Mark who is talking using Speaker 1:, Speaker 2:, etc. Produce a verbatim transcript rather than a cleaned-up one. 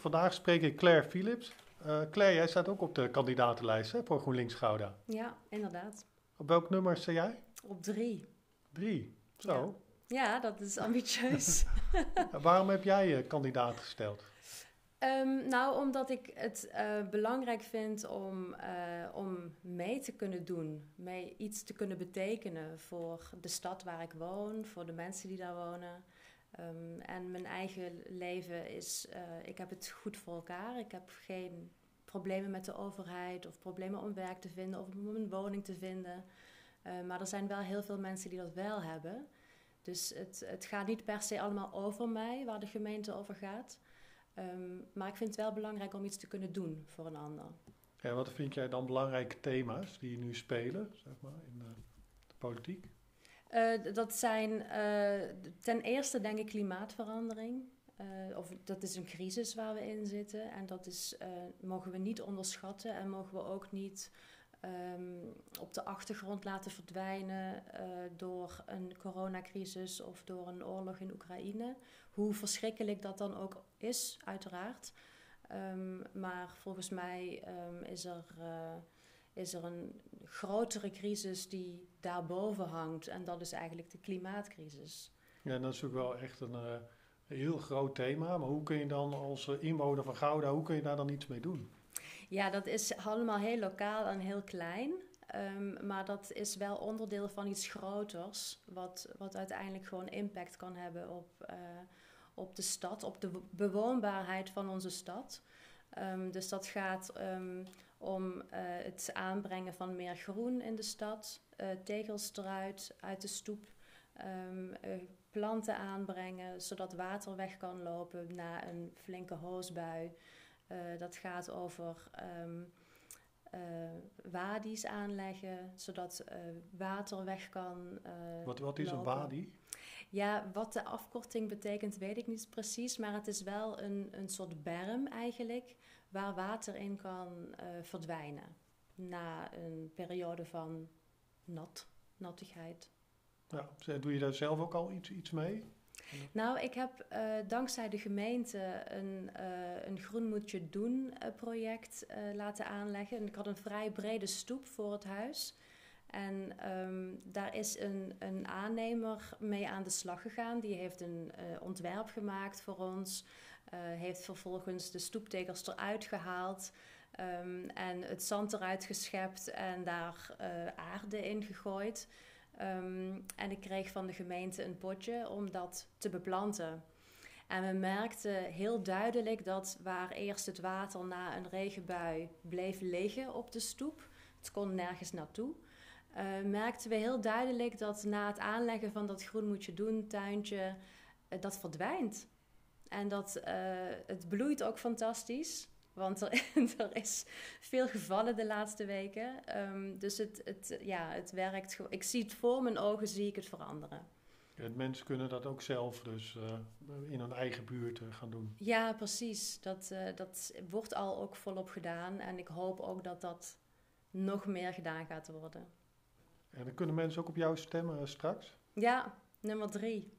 Speaker 1: vandaag spreek ik Claire Philips. Uh, Claire, jij staat ook op de kandidatenlijst hè, voor GroenLinks Gouda.
Speaker 2: Ja, inderdaad.
Speaker 1: Op welk nummer sta jij?
Speaker 2: Op drie.
Speaker 1: Drie, zo.
Speaker 2: Ja, ja dat is ambitieus.
Speaker 1: Ja, waarom heb jij uh, kandidaat gesteld?
Speaker 2: Um, nou, omdat ik het uh, belangrijk vind om, uh, om mee te kunnen doen. Mee iets te kunnen betekenen voor de stad waar ik woon, voor de mensen die daar wonen. Um, en mijn eigen leven is, uh, ik heb het goed voor elkaar. Ik heb geen problemen met de overheid of problemen om werk te vinden of om een woning te vinden. Uh, maar er zijn wel heel veel mensen die dat wel hebben. Dus het, het gaat niet per se allemaal over mij, waar de gemeente over gaat. Um, maar ik vind het wel belangrijk om iets te kunnen doen voor een ander.
Speaker 1: En wat vind jij dan belangrijke thema's die nu spelen, zeg maar, in de, de politiek?
Speaker 2: Uh, dat zijn uh, ten eerste denk ik klimaatverandering. Uh, of dat is een crisis waar we in zitten. En dat is, uh, mogen we niet onderschatten en mogen we ook niet um, op de achtergrond laten verdwijnen uh, door een coronacrisis of door een oorlog in Oekraïne. Hoe verschrikkelijk dat dan ook is, uiteraard. Um, maar volgens mij um, is er... Uh, is er een grotere crisis die daarboven hangt. En dat is eigenlijk de klimaatcrisis.
Speaker 1: Ja, dat is ook wel echt een uh, heel groot thema. Maar hoe kun je dan als uh, inwoner van Gouda, hoe kun je daar dan iets mee doen?
Speaker 2: Ja, dat is allemaal heel lokaal en heel klein. Um, maar dat is wel onderdeel van iets groters. Wat, wat uiteindelijk gewoon impact kan hebben op, uh, op de stad. Op de bewoonbaarheid van onze stad. Um, dus dat gaat um, om uh, het aanbrengen van meer groen in de stad, uh, tegels eruit, uit de stoep, um, uh, planten aanbrengen zodat water weg kan lopen na een flinke hoosbui. Uh, dat gaat over um, uh, wadi's aanleggen zodat uh, water weg kan uh,
Speaker 1: wat, wat is
Speaker 2: lopen.
Speaker 1: een wadi?
Speaker 2: Ja, wat de afkorting betekent weet ik niet precies, maar het is wel een, een soort berm eigenlijk, waar water in kan uh, verdwijnen na een periode van nat, nattigheid.
Speaker 1: Ja, doe je daar zelf ook al iets, iets mee?
Speaker 2: Nou, ik heb uh, dankzij de gemeente een, uh, een Groen Moet Je Doen uh, project uh, laten aanleggen. En ik had een vrij brede stoep voor het huis. En um, daar is een, een aannemer mee aan de slag gegaan. Die heeft een uh, ontwerp gemaakt voor ons. Uh, heeft vervolgens de stoeptegels eruit gehaald. Um, en het zand eruit geschept en daar uh, aarde in gegooid. Um, en ik kreeg van de gemeente een potje om dat te beplanten. En we merkten heel duidelijk dat waar eerst het water na een regenbui bleef liggen op de stoep, het kon nergens naartoe, uh, merkten we heel duidelijk dat na het aanleggen van dat Groen Moet Je Doen tuintje, uh, dat verdwijnt. En dat uh, het bloeit ook fantastisch. Want er, er is veel gevallen de laatste weken. Um, dus het, het, ja, het werkt. Ik zie het voor mijn ogen, zie ik het veranderen.
Speaker 1: Ja, mensen kunnen dat ook zelf dus uh, in hun eigen buurt uh, gaan doen.
Speaker 2: Ja, precies. Dat, uh, dat wordt al ook volop gedaan. En ik hoop ook dat dat nog meer gedaan gaat worden.
Speaker 1: En dan kunnen mensen ook op jou stemmen uh, straks?
Speaker 2: Ja, nummer drie.